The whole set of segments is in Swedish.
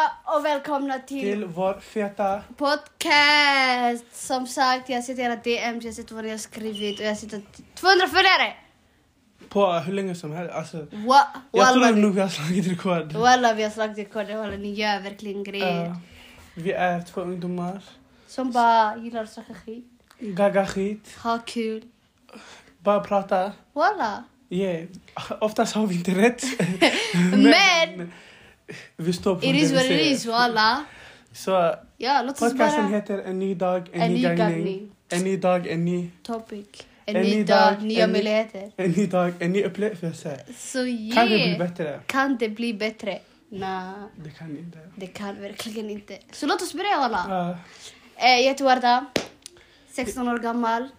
och välkomna till vår feta podcast. Som sagt, jag sitter era DMs, jag sitter vad ni har skrivit och jag sitter 200 följare. På hur länge som helst. Alltså, jag tror nog vi har slagit rekord. Walla, vi har slagit rekord. Walla, ni gör verkligen grejer. Vi är 2 ungdomar. Som bara gillar att snacka skit. Gaga skit. Ha kul. Bara prata. Walla. Yeah. Oftast har vi inte rätt. Men vi står på it is what it is, walla. Så ja, låt oss podcasten bara... heter En ny dag, en ny gagning. En ny dag, en ny topic. En ny dag, nya möjligheter. En ny dag, en ny upplevelse. Så yeah. Kan det bli bättre? Kan det bli bättre? Nej. Det kan inte. Det kan verkligen inte. Så låt oss börja alla. Jag heter Warda. 16 år gammal.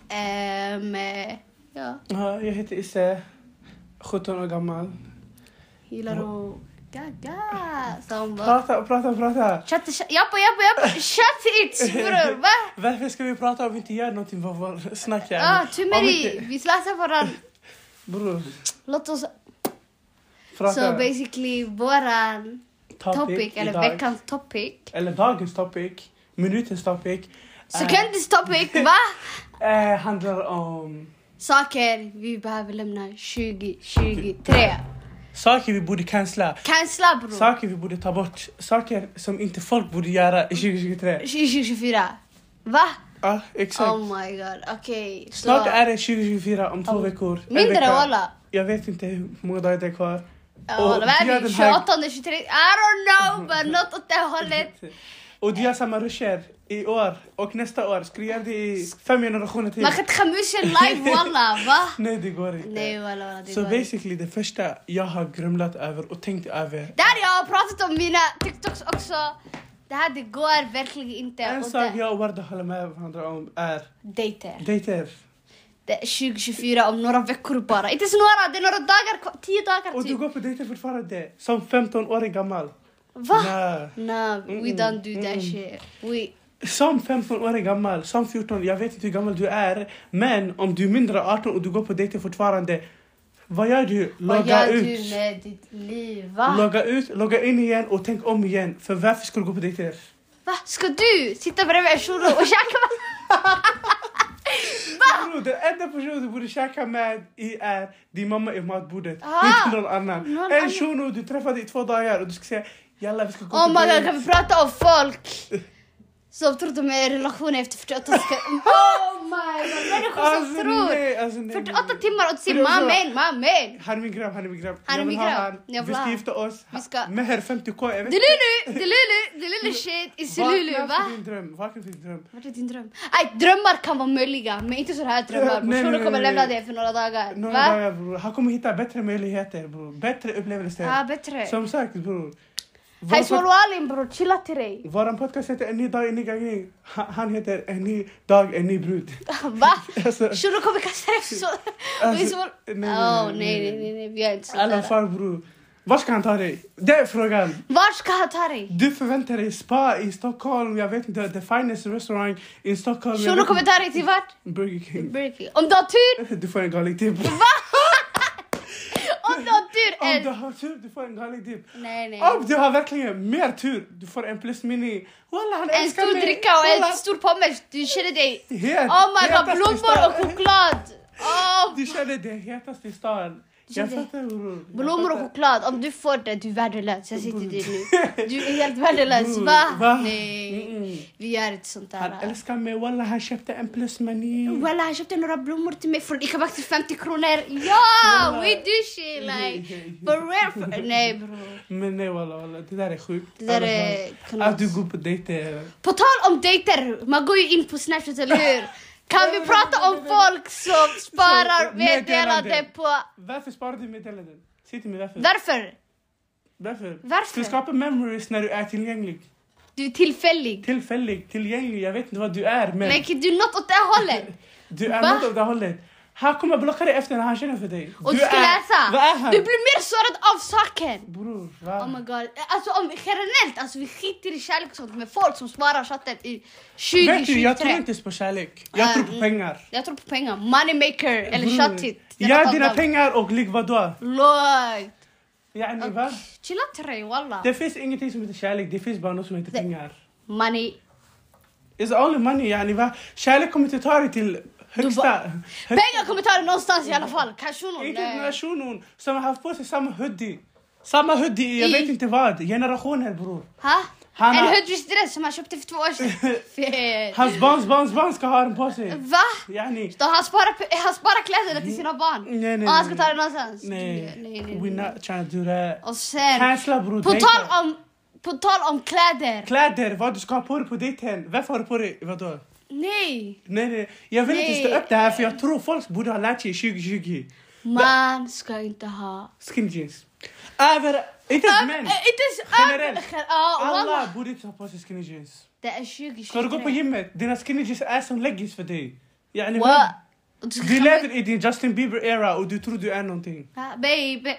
Ja. Jag heter Isse. 17 år gammal. Gillar att gaga. Prata. Japp. Shut it, bror. Va? Varför ska vi prata om vi inte gör någonting för vår snack? Tumeri. Vi släser varann. Bror. Låt oss... Prata. Så basically våran topic eller veckans topic. Eller dagens topic. Minutens topic. Sekundens topic, va? Handlar om... Saker vi behöver lämna 2023. Saker vi borde cancella, bror. Saker vi borde ta bort. Saker som inte folk borde göra i 2023. 2024. Va? Ja, exakt. Oh my god, okej. Snart är det 2024 om 2 veckor. Mindre, walla. Jag vet inte hur många dagar det är kvar. Vad är det? 28, 23? I don't know, but not åt det hållet. Och du har samma ruscher i år och nästa år. Ska du göra det i 5 generationer till? Man kan inte skämmas live, walla, va? Nej, det går inte. Nej, walla, det så går basically, inte. Det första jag har grumlat över och tänkt över... Där jag har pratat om mina TikToks också. Det här, det går verkligen inte. En sak jag och Warda håller med varandra om är... Dejter. Det är 2024 om några veckor bara. Inte så några, det är några dagar kvar. 10 dagar typ. Och du går på dejter fortfarande. Som 15-årig gammal. Va? Nej, we don't do that shit. Som 15-årig gammal, som 14, jag vet inte hur gammal du är. Men om du är mindre 18 och du går på dejter fortfarande, vad gör du? Vad du med ditt liv, va? Logga in igen och tänk om igen. För varför ska du gå på dejter? Va? Ska du sitta bredvid en shuno och käka Bro, den enda personen du borde käka med är din mamma i matbordet. Inte någon annan. En shuno du träffade i 2 dagar och du ska säga jalla, vi ska gå på my god, kan vi prata om folk som tror de är i relation efter 48 sekunder? Oh my god, människor som tror 48 timmar och säger mamen. Han är min grabb. Han är min grabb. Vi ska gifta oss. Meher 50k. Delulu shit i Selulu, va? Vakna för din dröm. Vart är din dröm? Drömmar kan vara möjliga, men inte så här drömmar. Bror kommer lämna det för några dagar. Några dagar, bror. Han kommer hitta bättre möjligheter, bror. Bättre upplevelser. Ja, bättre. Som sagt, bror. Hej Solwalin, bror. Chilla till dig. Våran podcast heter En ny dag, en ny gagning. Han heter En ny dag, en ny brud. Va? Shuno kommer kasta det. Nej. Vi har inte sånt där. I alla fall, bror. Var ska han ta dig? Det är frågan. Var ska han ta dig? Du förväntar dig spa i Stockholm. Jag vet inte, the finest restaurant in Stockholm. Shuno kommer ta dig till vart? Burger King. Om du har tur? Du får en galig tipp. Va? Om du har tur? Om du har tur, du får en galig tipp. Nej. Om du har verkligen mer tur, du får en plus mini. Wallah, han en stor dricka och en stor pommes. Du känner dig... Oh my god, blommor och choklad. Du känner det hetaste i stan. Jag fattar, bror. Blommor och choklad. Om du får det, du är värdelös. Jag sitter dig nu. Du är helt värdelös. Va? Nej. Vi gör inte sånt där. Han älskar mig. Wallah, han köpte en plusmeny. Wallah, han köpte några blommor till mig från Ica till 50 kronor. Ja, we do shit like for real. Nej, bror. Men nej, wallah. Det där är sjukt. Det där är knas. Att du går på dejter. På tal om dejter. Man går ju in på Snapchat, eller hur? Kan vi prata om folk som sparar meddelande på... Varför sparar du meddelanden? Säg till mig varför. Varför? Du skapar memories när du är tillgänglig. Du är tillfällig. Tillgänglig. Jag vet inte vad du är, men... Like, du är något åt det hållet. Du är något åt det hållet. Han kommer blocka dig efter när han känner för dig. Och du ska läsa. Vad är han? Du blir mer sårad av saken. Bror, va? Oh my god. Alltså generellt, alltså vi skiter i kärlek och sånt med folk som sparar chatten i 2023. Vet du, jag tror inte på kärlek. Jag tror på pengar. Jag tror på pengar. Money maker eller chatit. Gör dina pengar och ligg vadå? Lågt. يعني va? Chilla till dig, wallah. Det finns ingenting som heter kärlek. Det finns bara något som heter pengar. Money. It's only money يعني va? Kärlek kommer inte ta dig till högsta... Pengar kommer ta dig någonstans i alla fall. Kanske någon. Inte generationen som har haft på sig samma hoodie. Samma hoodie, jag vet inte vad. Generationer, bror. Ha? En hoodie-dress som han köpte för 2 år sedan. Fet. Hans barn ska ha den på sig. Va? Yani. Så han sparar kläderna till sina barn. Nej. Och han ska ta det någonstans. Nej. We're not trying to do that. Och sen... Cancella, bror. På tal om kläder. Kläder, vad du ska ha på dig på dejten. Varför har du på dig? Vadå? Nej. Jag vill inte stå upp det här för jag tror folk borde ha lärt sig 2020. Man ska inte ha... Skinny jeans. Inte män. Generellt. Alla borde inte ha på sig skinny jeans. Det är 2023. Ska du gå på gymmet? Dina skinny jeans är som leggings för dig. Yani, What? Du lever i din Justin Bieber-era och du tror du är någonting. Baby.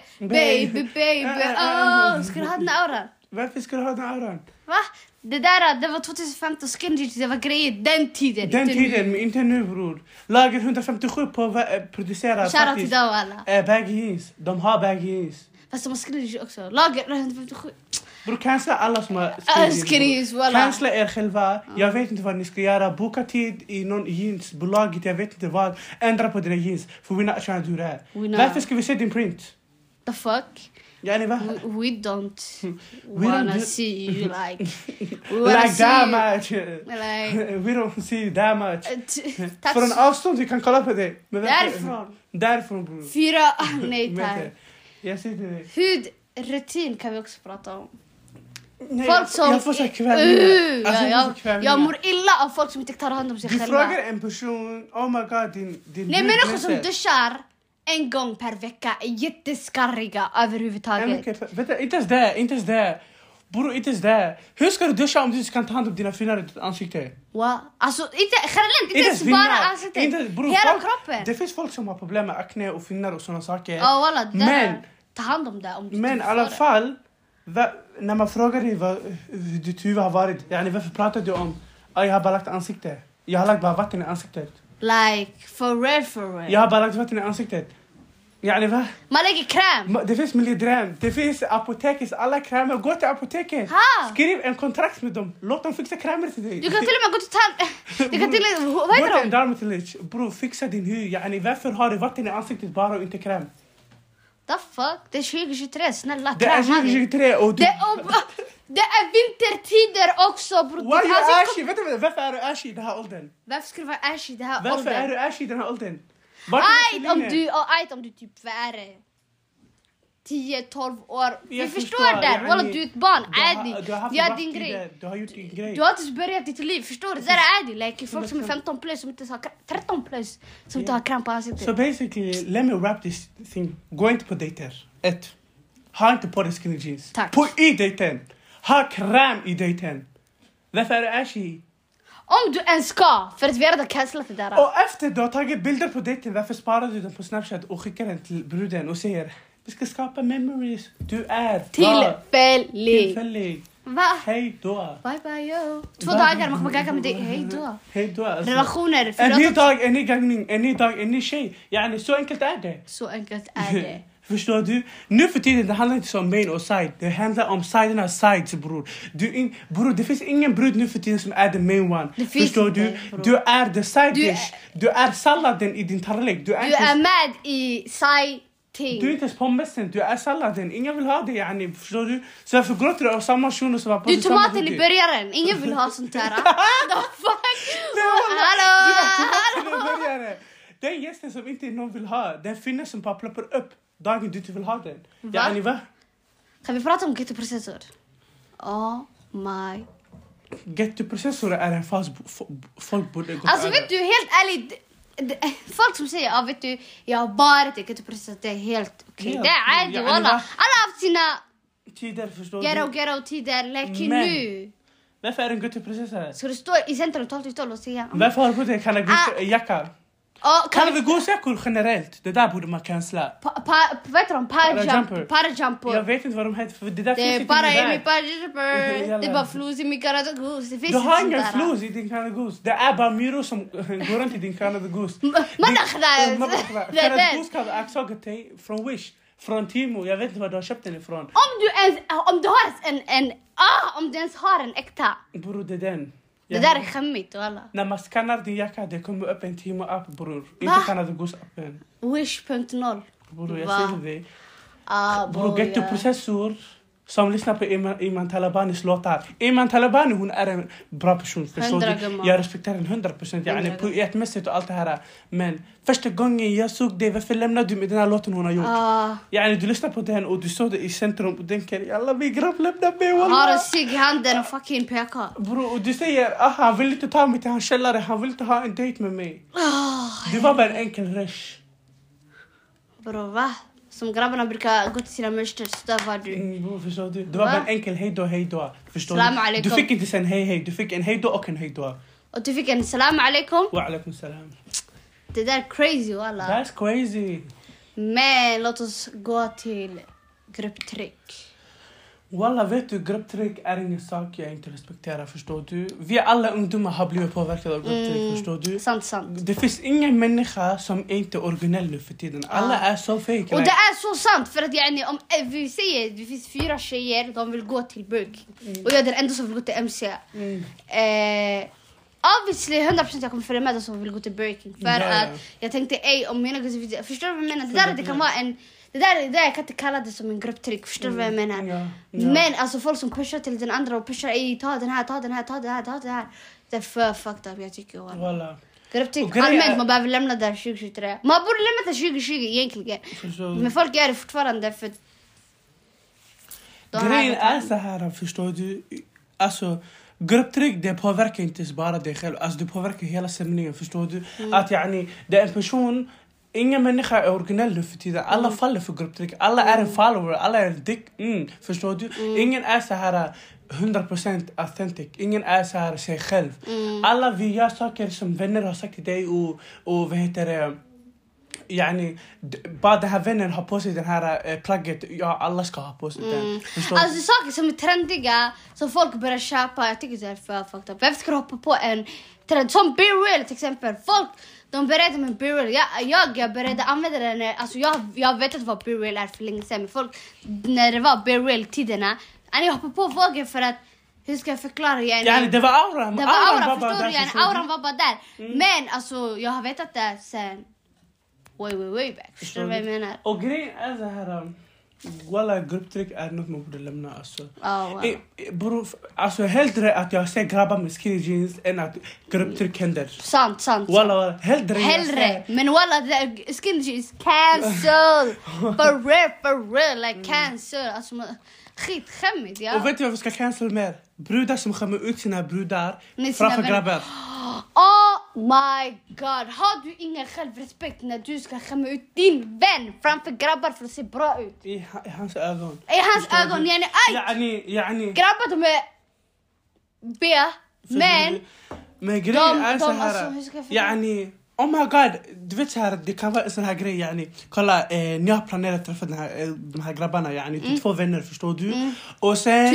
Ska du ha den auran? Varför ska du ha den auran? Va? Det var 2015 skinny jeans, det var grejer den tiden. Men inte nu, bror. Lager 157 på producerar shoutout till dem alla. baggy jeans. De har baggy jeans. Fast de har skinny jeans också. Lager 157. Bror, cancella alla som har skinny jeans. Cancella er själva. Jag vet inte vad ni ska göra. Boka tid i någon jeansbolaget. Jag vet inte vad. Ändra på dina jeans. För we're not trying to do that. Varför ska vi se din print? The fuck? Yani, va? We don't wanna see you like... that much. We don't see that much. Från avstånd vi kan kolla på det. Därifrån, bror. 4... Nej, tack. Jag ser det. Hudrutin kan vi också prata om. Nej, folk som... Jag får så kvällningar. Jag mår illa av folk som inte tar hand om sig själva. Du frågar en person, oh my god, din nej, människor som duschar en gång per vecka är jätteskarriga överhuvudtaget. Inte ens det. Bro, inte ens det. Hur ska du duscha om du inte kan ta hand om dina finare ansikte? Wow. Alltså, inte ens bara ansiktet. Hela kroppen. Det finns folk som har problem med akne och finnar och såna saker. Ja, walla. Men ta hand om det om du men i alla fall, när man frågar dig hur ditt huvud har varit, yani, varför pratar du om jag har bara lagt ansikte. Jag har lagt bara vatten i ansiktet. Like, for real. Jag har bara lagt vatten i ansiktet. Yani, va? Man lägger kräm. Det finns miljödräm. Det finns apotekets alla krämer. Gå till apoteket. Skriv en kontrakt med dem. Låt dem fixa krämer till dig. Du kan till och med gå till Du kan till och med... Vad heter de? Gå till en dermatologist. Bro, fixa din hy. Yani, varför har du vatten i ansiktet bara och inte kräm? The fuck? Det är 2023, snälla. Det är 2023 och du... Det är vintertider också, bror. Why are you ashy? Vet du varför är du ashy i den här åldern? Varför ska du vara ashy i den här åldern? åldern? Varför är du ashy i den här åldern? Om du typ är 10-12 år. Vi förstår det. Walla, du är ett barn. Du har din grej. Du har gjort din grej. Du har inte börjat ditt liv. Förstår du? Det är adi. Like, folk som är 15 plus, som inte har 13 plus, som inte har kram på ansiktet. So basically, let me wrap this thing. Gå inte på dejter. 1. Ha inte på dig skinny jeans. Tack. På i dejten. Ha kräm i dejten. Varför är du ashy? Om du ens ska, för att vi redan cancelat det där. Och efter du har tagit bilder på dejten, varför sparar du dem på Snapchat och skickar den till bruden och säger vi ska skapa memories. Du är tillfällig. Va? Hej då. Bye bye yo. 2 dagar man kommer gagga med dig. Hej då. Alltså, relationer. En ny dag, en ny gaggning. En ny dag, en ny tjej. Yani, så enkelt är det. Så enkelt är det. Förstår du? Nu för tiden det handlar inte så om main och side. Det handlar om sidernas sides, bror. Bror, det finns ingen brud nu för tiden som är the main one. Förstår du? Du är the side dish. Du är salladen i din tallrik. Du är med i side ting. Du är inte ens pommesen. Du är salladen. Ingen vill ha det, yani. Förstår du? Så varför gråter du av samma shuno som var på du tomaten i början. Ingen vill ha sånt här. The fuck? Hallå. Den gästen som inte någon vill ha, den finns som bara ploppar upp dagen du inte vill ha den. Yani, va? Kan vi prata om gettoprocessor? Oh my. Gettoprocessor är en fas folk borde gå. Alltså vet du, helt ärligt, folk som säger, vet du, jag har bara ett gettoprocessor, det är helt okej. Det är ärligt, walla. Alla har haft sina tider, förstår du? Ghetto tider, läker nu. Varför är det en gettoprocessor? Så du står i centrum 12-12 och säger... Varför har du på dig jacka? Kanadagosjackor generellt, det där borde man cancella. Vad heter de? Parajumper. Jag vet inte vad de heter, för det där finns inte i min parajumper. Det är bara flus i min kanadagos. Du har ingen flus i din kanadagos. Det är bara myror som går runt i din kanadagos. Kanadagos Kanadagos kan jag såg till från Wish. Från Timo, jag vet inte var du har köpt den ifrån. Om du ens har en äkta. Bror, det är den. Det där är skämmigt, walla. När man skannar din jacka, det kommer upp en Timo-app, bror. Inte Canada Goose-appen. Wish.0. Bror, jag säger dig. Bror, Ghetto Processor som lyssnar på Iman Talabanis låtar. Iman Talabani, hon är en bra person. Jag respekterar den 100%. Yani, poetmässigt och allt det här. Men första gången jag såg dig, varför lämnade du med den här låten hon har gjort? Yani, du lyssnar på den och du såg det i centrum och tänker, jalla min grabb lämna mig. Har en cigg i handen och fucking pekar. Bro, och du säger, han vill inte ta mig till hans källare. Han vill inte ha en dejt med mig. Det var bara en enkel rush. Bro, va? Som grabbarna brukar gå till sina mörster, så där var du. Förstår du? Det var bara en enkel hejdå. Förstår salam du? Alaikum. Du fick inte sen hej. Du fick en hejdå och en hejdå. Och du fick en salam alaikum. Wa alaikum salam. Det där är crazy, walla. That's crazy. Men låt oss gå till grupptryck. Walla, vet du, grupptryck är ingen sak jag inte respekterar, förstår du? Vi alla ungdomar har blivit påverkade av grupptryck, förstår du? Sant. Det finns ingen människa som är inte originell nu för tiden. Alla är så fake. Och det är så sant, för att yani, om vi säger det finns 4 tjejer, de vill gå till Burger. Och jag är den enda som vill gå till MC. Obviously 100% jag kommer följa med dem som vill gå till Burger. För att jag tänkte, om mina kusiner, förstår du vad jag menar? Det kan vara en... Det där jag kan inte kalla det som en grupptryck. Förstår du vad jag menar? Ja. Men alltså folk som pushar till den andra och pushar ta den här. Det är för fucked up, jag tycker. Walla. Grupptryck allmänt, man behöver lämna där 2023. Man borde lämna det 2020 egentligen. Men folk gör det fortfarande för... Grejen är så här, förstår du? Alltså... Grupptryck, det påverkar inte bara dig själv. Alltså det påverkar hela stämningen, förstår du? Att yani, det är en person... Ingen människa är originell nu för tiden. Alla faller för grupptryck. Alla är en follower. Alla är en dick. Förstår du? Ingen är så här 100% authentic. Ingen är så här sig själv. Alla vi gör saker som vänner har sagt till dig. Och vad heter det? Yani, bara den här vännen har på sig den här plagget. Ja, alla ska ha på sig den. Alltså saker som är trendiga, som folk börjar köpa. Jag tycker det är för fucked up. Varför ska du hoppa på en trend? Som Be Real till exempel. Folk, de berättar med Be Real. Jag började använda den. Alltså jag vet inte vad Be Real är för länge sedan. Men folk, när det var Be Real-tiderna, jag hoppade på vågen för att... Hur ska jag förklara? Yani, det var auran. Det var auran, förstår du? Auran var bara där. Men alltså, jag har vetat det sen... Way back. Förstår du vad jag menar? Och grejen är så här... Walla, grupptryck är något man borde lämna. Alltså hellre att jag ser grabbar med skinny jeans än att grupptryck händer. Sant. Walla, hellre. Men walla, skinny jeans cancel. For real, like cancel. Alltså, skitskämmigt, ja. Och vet du vad vi ska cancel mer? Brudar som skämmer ut sina brudar framför grabbar. Oh my god, har du ingen självrespekt när du ska skämma ut din vän framför grabbar för att se bra ut? I hans ögon. I hans ögon, yani. Grabbar, de är B, men grejen är så här, alltså, yani, oh my god, du vet så här, det kan vara en sån här grej, yani. Kolla, ni har planerat att träffa de här grabbarna, yani. Det är 2 vänner, förstår du? Och sen...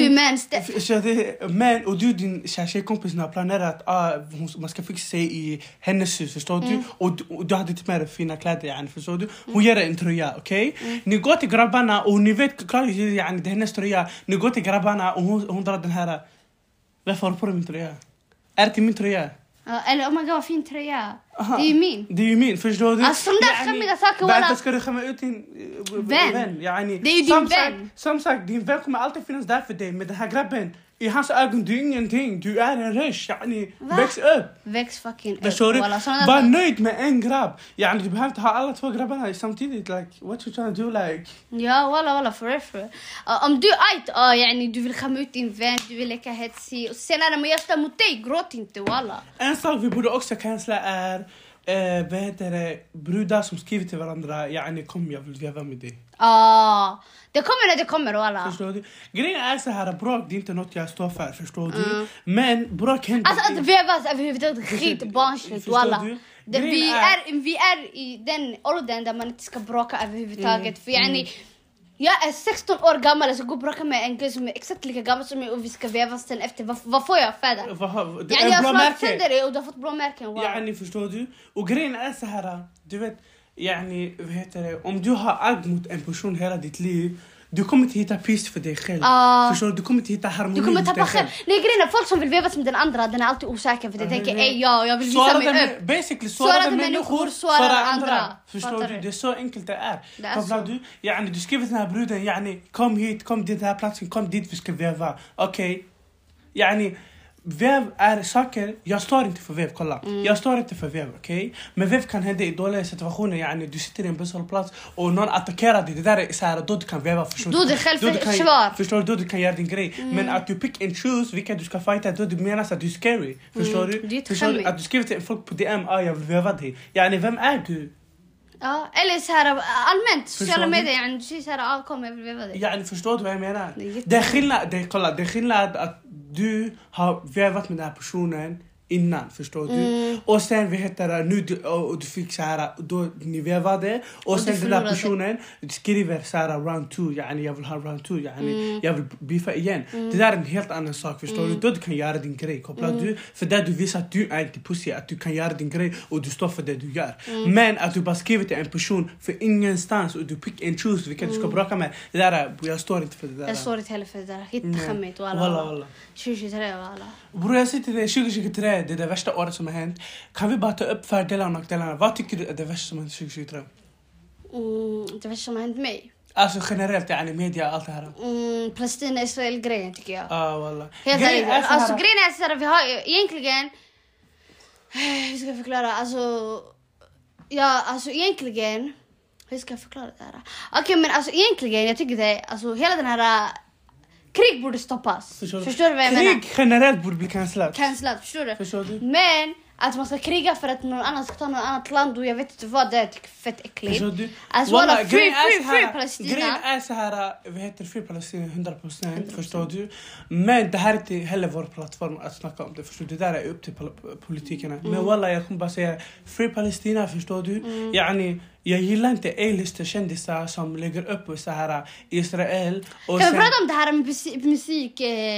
2 män. Men, och du, din tjejkompis, har planerat att man ska fixa sig i hennes hus, förstår du? Och du hade inte med dig fina kläder, yani, förstår du? Hon ger en tröja, okej? Ni går till grabbarna och ni vet klart, yani, det är hennes tröja. Ni går till grabbarna och hon drar den här... Varför har du på dig min tröja? Är det min tröja? Eller oh my god, vad fin tröja. Det är ju min. Förstår du? Alltså de där skämmiga saker, walla. Varför ska du skämma ut din vän? Yani, det är ju din vän. Som sagt, din vän kommer alltid finnas där för dig. Men den här grabben, i hans ögon, du är ingenting. Du är en rush, yani. Väx upp. Väx fucking upp, walla. Var nöjd med en grabb. Yani, du behöver inte ha alla 2 grabbarna samtidigt. Like, what you trying to do, like? Ja, walla, for real. Om du yani, du vill skämma ut din vän, du vill leka hetsig. Och sen när man gör mot dig, gråt inte, walla. En sak vi borde också cancella är... vad heter det? Brudar som skriver till varandra. Yani, kom, jag vill veva med dig. Det kommer walla. Förstår du? Grejen är så här, bråk, det är inte något jag står för, förstår du? Men bråk händer. Alltså att vevas överhuvudtaget skitbarnsligt, walla. Vi är i den åldern där man inte ska bråka överhuvudtaget. För yani, jag är 16 år gammal, jag ska gå och bråka med en gud som är exakt lika gammal som mig och vi ska vevas sen efter. Vad får jag för det? Jag har slagit sönder dig och du har fått blåmärken. Ja, ni förstår du? Och grejen är så här, du vet, يعني om du har agg mot en person hela ditt liv, du kommer inte hitta peace för dig själv. Förstår du? Du kommer inte hitta harmoni. Du kommer tappa själv. Nej, grejen är folk som vill vevas med den andra, den är alltid osäker för de tänker jag vill visa mig upp. Basically svarade människor svarar andra. Förstår du? Det är så enkelt det är. Kopplar du? Yani du skriver till den här bruden, yani kom hit, kom till den här platsen, kom dit vi ska veva. Okej. Yani vev är saker, jag står inte för vev, kolla. Jag står inte för vev, okej? Men vev kan hända i dåliga situationer, yani du sitter i en busshållplats och någon attackerar dig, det där är så här, då du kan veva, förstår du? Då du själv försvar. Förstår du? Då du kan göra din grej. Men att du pick and choose vilka du ska fighta, då du menar att du är scary. Förstår du? Förstår du? Att du skriver till folk på DM, jag vill veva dig. Yani vem är du? Ja, eller så här allmänt sociala medier, yani du säger så här, kom jag vill veva dig. Yani förstår du vad jag menar? Det är skillnad att du har vevat med den här personen innan, förstår du? Och sen du fick så här, då ni vevade och sen den där personen skriver så här round 2, yani jag vill ha round 2, yani jag vill biffa igen. Det där är en helt annan sak, förstår du? Då du kan göra din grej, kopplar du? För där du visar att du är inte pussy, att du kan göra din grej och du står för det du gör. Men att du bara skriver till en person för ingenstans och du pick and choose vilka du ska bråka med, det där, jag står inte för det där. Jag står inte heller för det där, hitta skämmigt och alla. 2023 och alla. Bror, jag sitter där 2023, det är det värsta året som har hänt. Kan vi bara ta upp fördelar och nackdelarna? Vad tycker du är det värsta som har hänt 2023? Det värsta som har hänt mig? Alltså generellt, yani media, allt det här. Palestina-Israel-grejen tycker jag. Wallah. Grejen är så här, vi har egentligen... Hur ska jag förklara? Alltså egentligen... Hur ska jag förklara det här? Okej, men alltså egentligen, jag tycker det... Alltså hela den här... Krig borde stoppas. Förstår du vad jag menar? Krig generellt borde bli cancelat. Förstår du? Men att man ska kriga för att någon annan ska ta något annat land och jag vet inte vad, det är fett äckligt. Förstår du? Alltså free Palestina. Grejen är så här, free Palestina 100%, förstår du? Men det här är inte heller vår plattform att snacka om det, förstår du? Det där är upp till politikerna. Men wallah, jag kommer bara säga free Palestina, förstår du? Yani, jag gillar inte A-lister kändisar som lägger upp så här Israel. Och kan vi prata om det här med musik...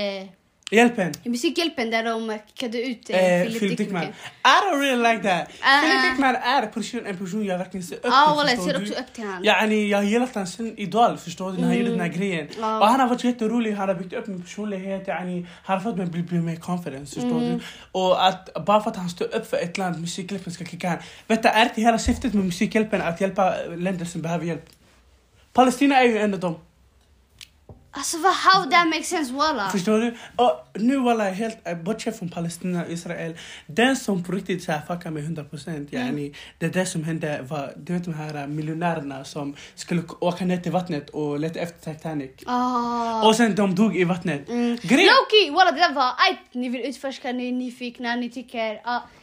Musikhjälpen där de kickade ut Philip Dickman. I don't really like that. Philip Dickman är en person jag verkligen ser upp till. Jag ser också upp till honom. Yani, jag gillar att han sin idol, förstår du, när han gjorde den här grejen. Och han har varit jätterolig, han har byggt upp min personlighet. Yani, han har fått mig bli mer confidence, förstår du. Och att bara för att han står upp för ett land, musikhjälpen ska kicka han. Vet du, är inte hela syftet med musikhjälpen att hjälpa länder som behöver hjälp? Palestina är ju en av dem. Alltså how that makes sense, walla. Förstår du? Och nu walla, helt bortsett från Palestina och Israel, den som på riktigt så här fuckar med 100%, yani, det där som hände var, du vet de här miljonärerna som skulle åka ner till vattnet och leta efter Titanic. Och sen de dog i vattnet. Loki, walla, det där var, ni vill utforska, ni är nyfikna, ni tycker...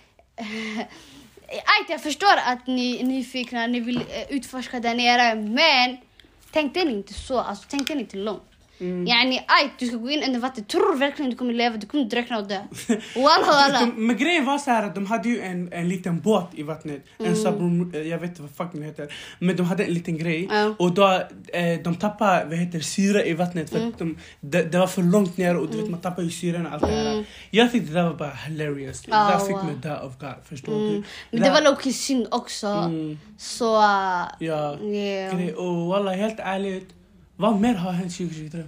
jag förstår att ni är nyfikna, ni vill utforska där nere, men tänk den inte så, alltså tänk den inte långt. Yani, du ska gå in under vattnet. Tror verkligen du kommer leva? Du kommer dräkna och dö. Walla. Men grejen var så här att de hade ju en liten båt i vattnet. En submarine, jag vet inte vad fuck den heter. Men de hade en liten grej. Och då de tappade syre i vattnet. För att det var för långt ner och du vet, man tappade ju syren och allt det här. Jag tyckte det var bara hilarious. Det där fick mig dö av God, förstår du? Men det var Loki synd också. Så... ja, och walla, helt ärligt. Vad mer har hänt 2023?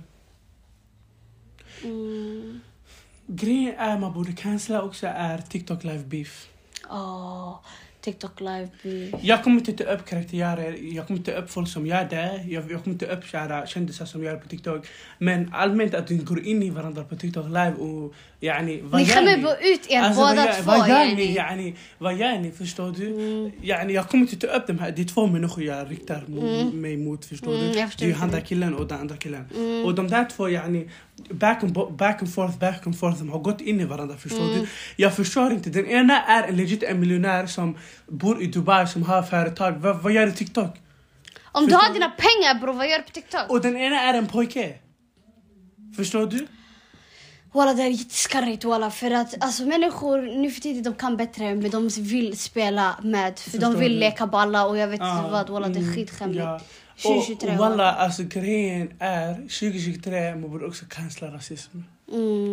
Grejen är man borde cancella också är TikTok live beef. TikTok live beef. Jag kommer inte ta upp karaktärer, jag kommer inte ta upp folk som gör det. Jag kommer inte ta upp kändisar som gör på TikTok. Men allmänt att du går in i varandra på TikTok live och yani, vad ni kommer gå ut båda två. Vad gör ni, förstår du? Yani, jag kommer inte ta upp de här, det är två människor jag riktar mig mot, förstår du? Det är han där killen och den andra killen. Och de där två, yani, back and forth, de har gått in i varandra, förstår du? Jag förstår inte, den ena är en miljonär som bor i Dubai, som har företag. Vad gör du TikTok? Om du har dina pengar, bro, vad gör du på TikTok? Och den ena är en pojke. Förstår du? Walla, det är jätteskarrigt, walla. För att alltså, människor nu för tiden, de kan bättre, men de vill spela med. För de vill leka balla och jag vet inte vad. Walla, det är skitskämmigt. 2023. Och walla, alltså grejen är 2023 man borde också cancella rasism.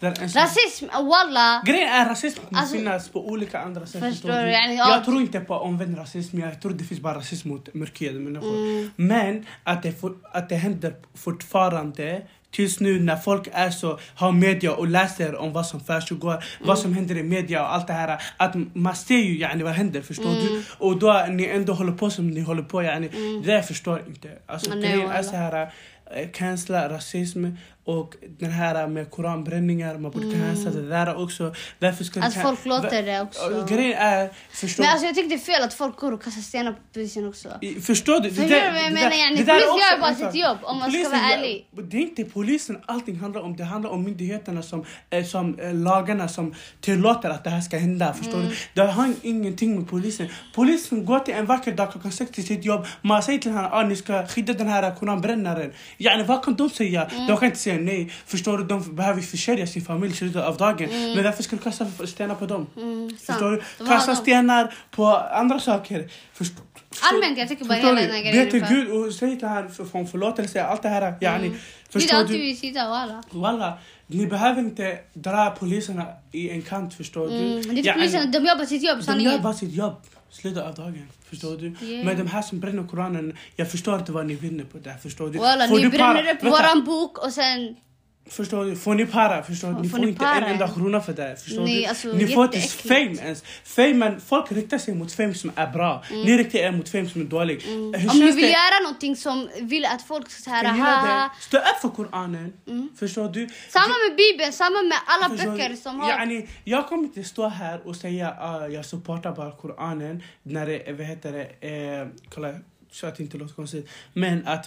Rasism, walla. Grejen är rasism finns på olika andra sätt. Förstår du? Yani, jag tror inte på omvänd rasism. Jag tror det finns bara rasism mot mörkhyade människor. Men att det händer fortfarande tills nu när folk är så har media och läser om vad som försiggår, vad som händer i media och allt det här, att man ser ju yani vad händer, förstår du? Och då ni ändå håller på som ni håller på, yani det jag förstår inte. Alltså det är så här cancella rasism och den här med koranbränningar, man borde cancella det där också. Därför ska att folk låter det också. Grejen är, förstår. Men alltså jag tycker det är fel att folk går och kastar stenar på polisen också. Förstår du? Det polisen gör bara sitt jobb, om man ska vara ärlig. Det är inte polisen allting handlar om. Det handlar om myndigheterna som lagarna som tillåter att det här ska hända, förstår du? Det har ingenting med polisen. Polisen går till en vacker dag klockan 6 till sitt jobb. Man säger till henne, ni ska skydda den här koranbrännaren. Yani, vad kan de säga? De kan inte säga nej. Förstår du? De behöver försörja sin familj i slutet av dagen. Men därför ska du kasta stenar på dem. Förstår du? Kasta stenar på andra saker. Allmänt, jag tycker bara hela den här grejen. Be till Gud och säg till här från förlåtelse, allt det här. Yani, det är alltid vi sitter, walla. Ni behöver inte dra poliserna i en kant, förstår du? Det är poliserna, de jobbar sitt jobb. De jobbar sitt jobb. Slutet av dagen, förstår du? Men de här som bränner Koranen, jag förstår inte vad ni vinner på det, förstår du? Walla, ni bränner det på våran bok och sen... Förstår du? Får ni para, förstår du? Ni får inte en enda krona för det, förstår du? Alltså, ni får inte fame ens. Fame, men folk riktar sig mot fame som är bra. Ni riktar er mot fame som är dålig. Om ni vill göra någonting som vill att folk ska säga stå upp för Koranen, förstår du? Samma med Bibeln, samma med alla böcker som har... Yani, jag kommer inte stå här och säga jag supportar bara Koranen när det, kolla, så att det inte låter konstigt. Men att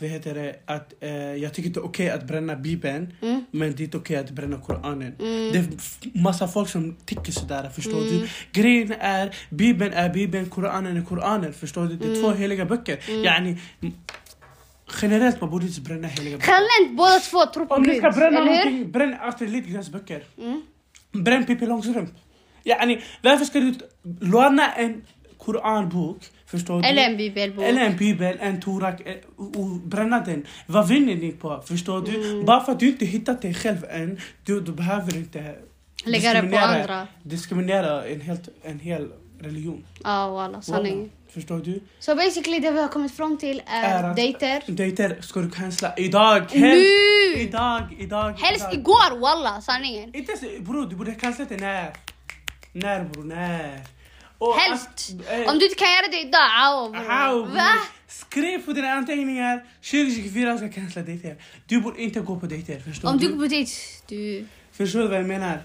jag tycker det är okej att bränna Bibeln, men det är inte okej att bränna Koranen. Det är massa folk som tycker sådär, förstår du? Grejen är Bibeln, Koranen är Koranen, förstår du? Det är två heliga böcker. Yani, generellt man borde inte bränna heliga böcker. Generellt båda två tror på Gud. Om ni ska bränna någonting, bränn Astrid Lindgrens böcker. Bränn Pippi Långstrump. Yani, varför ska du låna en Koranbok, förstår du? Eller en bibelbok. Eller en bibel, en torak och bränna den. Vad vinner ni på, förstår du? Bara för att du inte hittat dig själv än, du behöver inte lägga det på andra. Diskriminera en hel religion. Ja, walla, sanning. Förstår du? Så basically det vi har kommit fram till är dejter. Dejter ska du cancella idag. Nu! Idag. Helst igår, walla, sanningen. Inte bror, du borde cancella det när. När bror, när. Helst. Om du inte kan göra det idag, va? Skriv på dina anteckningar. 2024 ska cancella dejter. Du borde inte gå på dejter, förstår du? Om du går på dejt, du... Förstår du vad jag menar?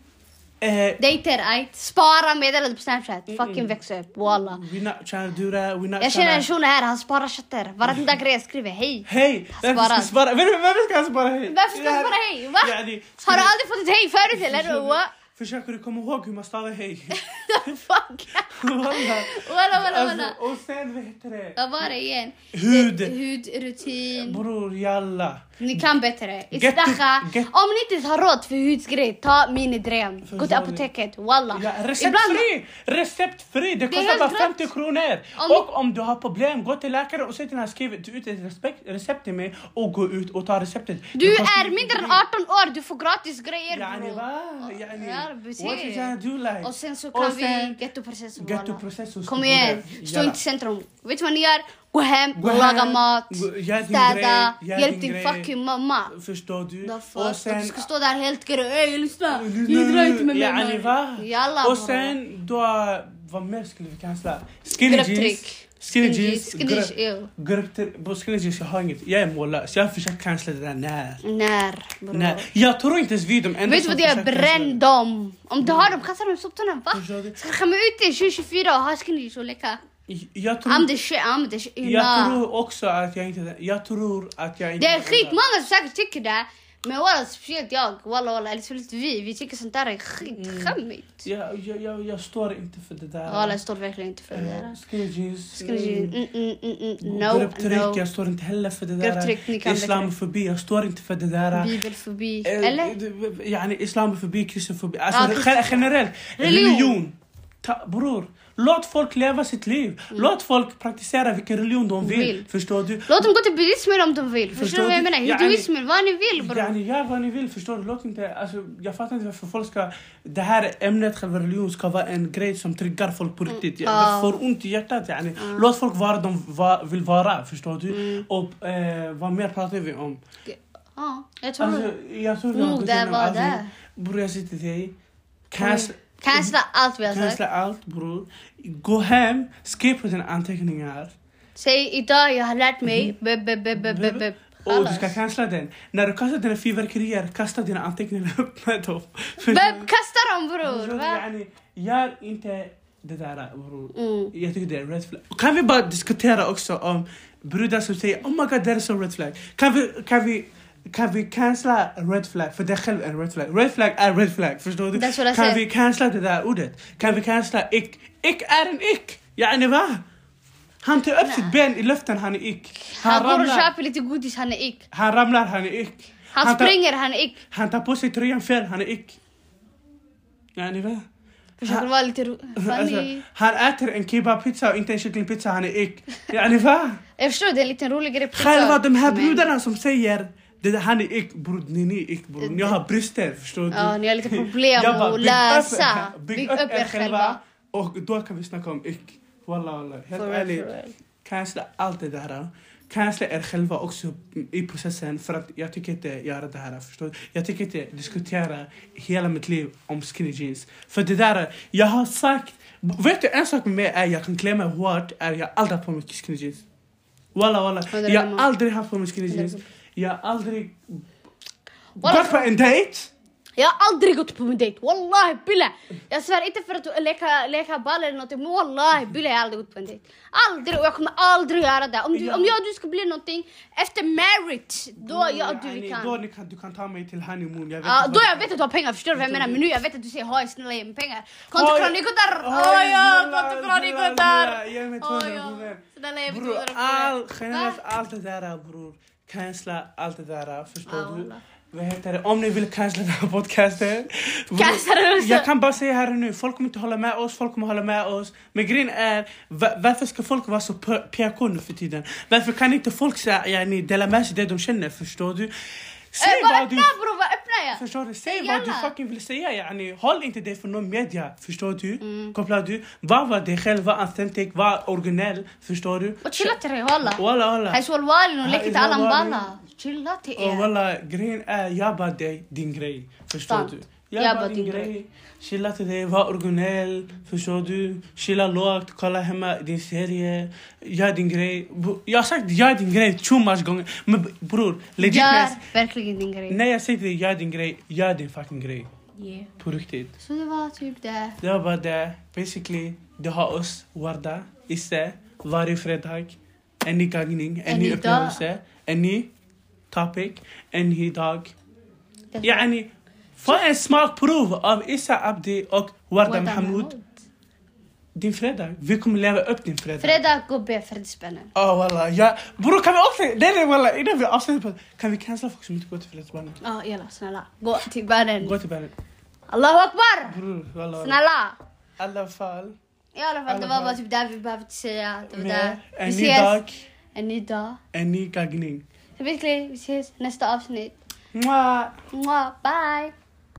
Dejter, spara meddelande på Snapchat. Fucking växa upp, walla. We're not trying to do that. Jag känner en person här, han sparar chatter. Varenda grej jag skriver, hej. Hej! Vem ska han spara hej? Varför ska han spara hej? Va? Har du aldrig fått ett hej förut eller? Försöker du komma ihåg hur man stavar hej? Fuck. Walla. Och sen, vad heter det? Vad var det igen? Hudrutin. Bror, jalla. Ni kan bättre. Om ni inte har råd för hudsgrej, ta minidrem. Gå till apoteket, walla. Ja, receptfri. Det kostar bara 50 kronor. Och om du har problem, gå till läkaren och säg till henne att skriva ut ett recept till mig och gå ut och ta receptet. Du är mindre än 18 år, du får gratis grejer, bro. What you gonna do like? Och sen så kan vi ghettoprocess. Kom igen, stå inte i centrum. Vet du vad ni gör? Gå hem, laga mat, städa, hjälp din fucking mamma. Förstår du? Och sen... Du ska stå där helt grej, lyssna. Gidra inte med mig. Och sen då, vad mer skulle vi cancella? Skinny jeans, jag har inget. Jag är mållös. Jag har försökt cancella det där när. Jag tror inte ens vi dem. Vet du vad det är? Bränn dem. Om du har dem, kasta dem i soptorna. Va? Ska jag komma ut till 2024 och ha skinny jeans och leka? I'm the shit. Jag tror också att jag inte... Det är skitmånga som säkert tycker det. Men walla, speciellt jag, walla, eller speciellt vi tycker sånt där är skitskämmigt. Jag står inte för det där. Walla, jag står verkligen inte för det där. Skinny jeans. No. Jag står inte heller för det där. Islamofobi, jag står inte för det där. Bibelfobi, eller? Yani islamofobi, kristofobi. Alltså generellt, religion. Bror, låt folk leva sitt liv. Låt folk praktisera vilken religion de vill. Förstår du? Låt dem gå till buddhism om de vill. Förstår du vad jag menar? Hinduism, vad ni vill, bror. Gör vad ni vill, förstår du? Låt inte, alltså, jag fattar inte varför folk ska... Det här ämnet, själva religion, ska vara en grej som triggar folk på riktigt. Det får ont i hjärtat. Låt folk vara de vill vara, förstår du? Och vad mer pratar vi om? Jag tror nog det var det. Bror, jag sitter till dig. Cancella allt vi har sagt. Cancella allt, bror. Gå hem, skriv på dina anteckningar. Säg idag jag har lärt mig. Och du ska cancella den. När du kastar dina fyrverkerier, kasta dina anteckningar upp med dem. Kasta dem, bror. Gör inte det där, bror. Jag tycker det är red flag. Kan vi bara diskutera också om brudar som säger oh my god, det är så red flag. Kan vi cancella red flag? För det är själv en red flag. Red flag är red flag, förstår du? Kan vi cancella det där ordet? Kan vi cancella ick? Ick är en ick. Va? Han tar upp sitt ben i luften, han är ick. Han går och köper lite godis, han är ick. Han ramlar, han är ick. Han springer, han är ick. Han tar på sig tröjan fel, han är ick. Va? Försöker vara lite funny. Han äter en kebabpizza och inte en kycklingpizza, han är ick. Va? Jag förstår, det är en liten rolig grej. Själva de här brudarna som säger han är ick, bror, ni är ick, bror. Ni har brister, förstår du? Ja, ni har lite problem att lösa. Bygg upp er själva. Och då kan vi snacka om ick. Wallah. Helt ärligt. Cancella allt det där. Cancella er själva också i processen. För att jag tycker inte göra det här, förstår du? Jag tycker inte diskutera hela mitt liv om skinny jeans. För det där, jag har sagt... Vet du, en sak med mig är jag kan klä mig hårt. Jag aldrig har på mig skinny jeans. Wallah. Jag har aldrig haft på mig skinny jeans. Jag har aldrig gått på en dejt. Jag har aldrig gått på en dejt. Wallahi billah. Jag svär inte för att leka ball eller något. Men wallahi billah, jag har aldrig gått på en dejt. Aldrig, och jag kommer aldrig göra det. Om jag och du ska bli någonting efter marriage, då du kan ta mig till honeymoon. Då jag vet att du har pengar, förstår du vad jag menar? Men nu jag vet att du säger ha snälla ge mig pengar. Kontokronikor där. Kontokronikor där. Ge mig 200 snälla ge mig 200 generellt allt det där, bror. Cancella allt det där, förstår du? Vad heter det? Om ni vill cancella den här podcasten. Jag kan bara säga här nu. Folk kommer inte hålla med oss. Folk kommer hålla med oss. Men grejen är. Varför ska folk vara så PK nu för tiden? Varför kan inte folk säga dela med sig det de känner? Förstår du? Säg vad du... Bro, vad öppnar jag? Förstår du? Säg vad du fucking vill säga. Håll inte det för någon media. Förstår du? Kopplar du? Var dig själv. Var authentic. Var originell. Förstår du? Och chilla till dig. Walla. Walla. Här svål valen och lägg inte alla balla. Chilla till er. Och walla, grejen är jag bara dig, din grej. Förstår du? Jag bara din grej. Chilla till dig, var originell. Förstår du? Chilla lågt, kolla hemma din serie. Gör din grej. Jag har sagt gör din grej too much gånger. Men bror, legit. Gör verkligen din grej. När jag säger till dig gör din grej, gör din fucking grej. Yeah. På riktigt. Så det var typ det. Det var bara det. Basically, det har oss vardag. Isse, varje fredag. En ny gagning, en ny upplevelse. En ny topic, en ny dag. Få en smakprov av Issa Abdi och Warda Mahmoud. Din fredag. Vi kommer leva upp din fredag. Fredag går be för det spännande. Wallah. Bror, kan vi också... Nej, wallah. Innan vi avslutar på... Kan vi cancella folk som inte går till fredagsbanen? Jalla, snälla. Gå till banen. Allahu Akbar! Bror, wallah. Snälla. I alla fall, det var bara typ där vi behövde säga. Det var där. En ny dag. En ny dag. En ny gagning. Så vi ses nästa avsnitt. Mwah. Bye.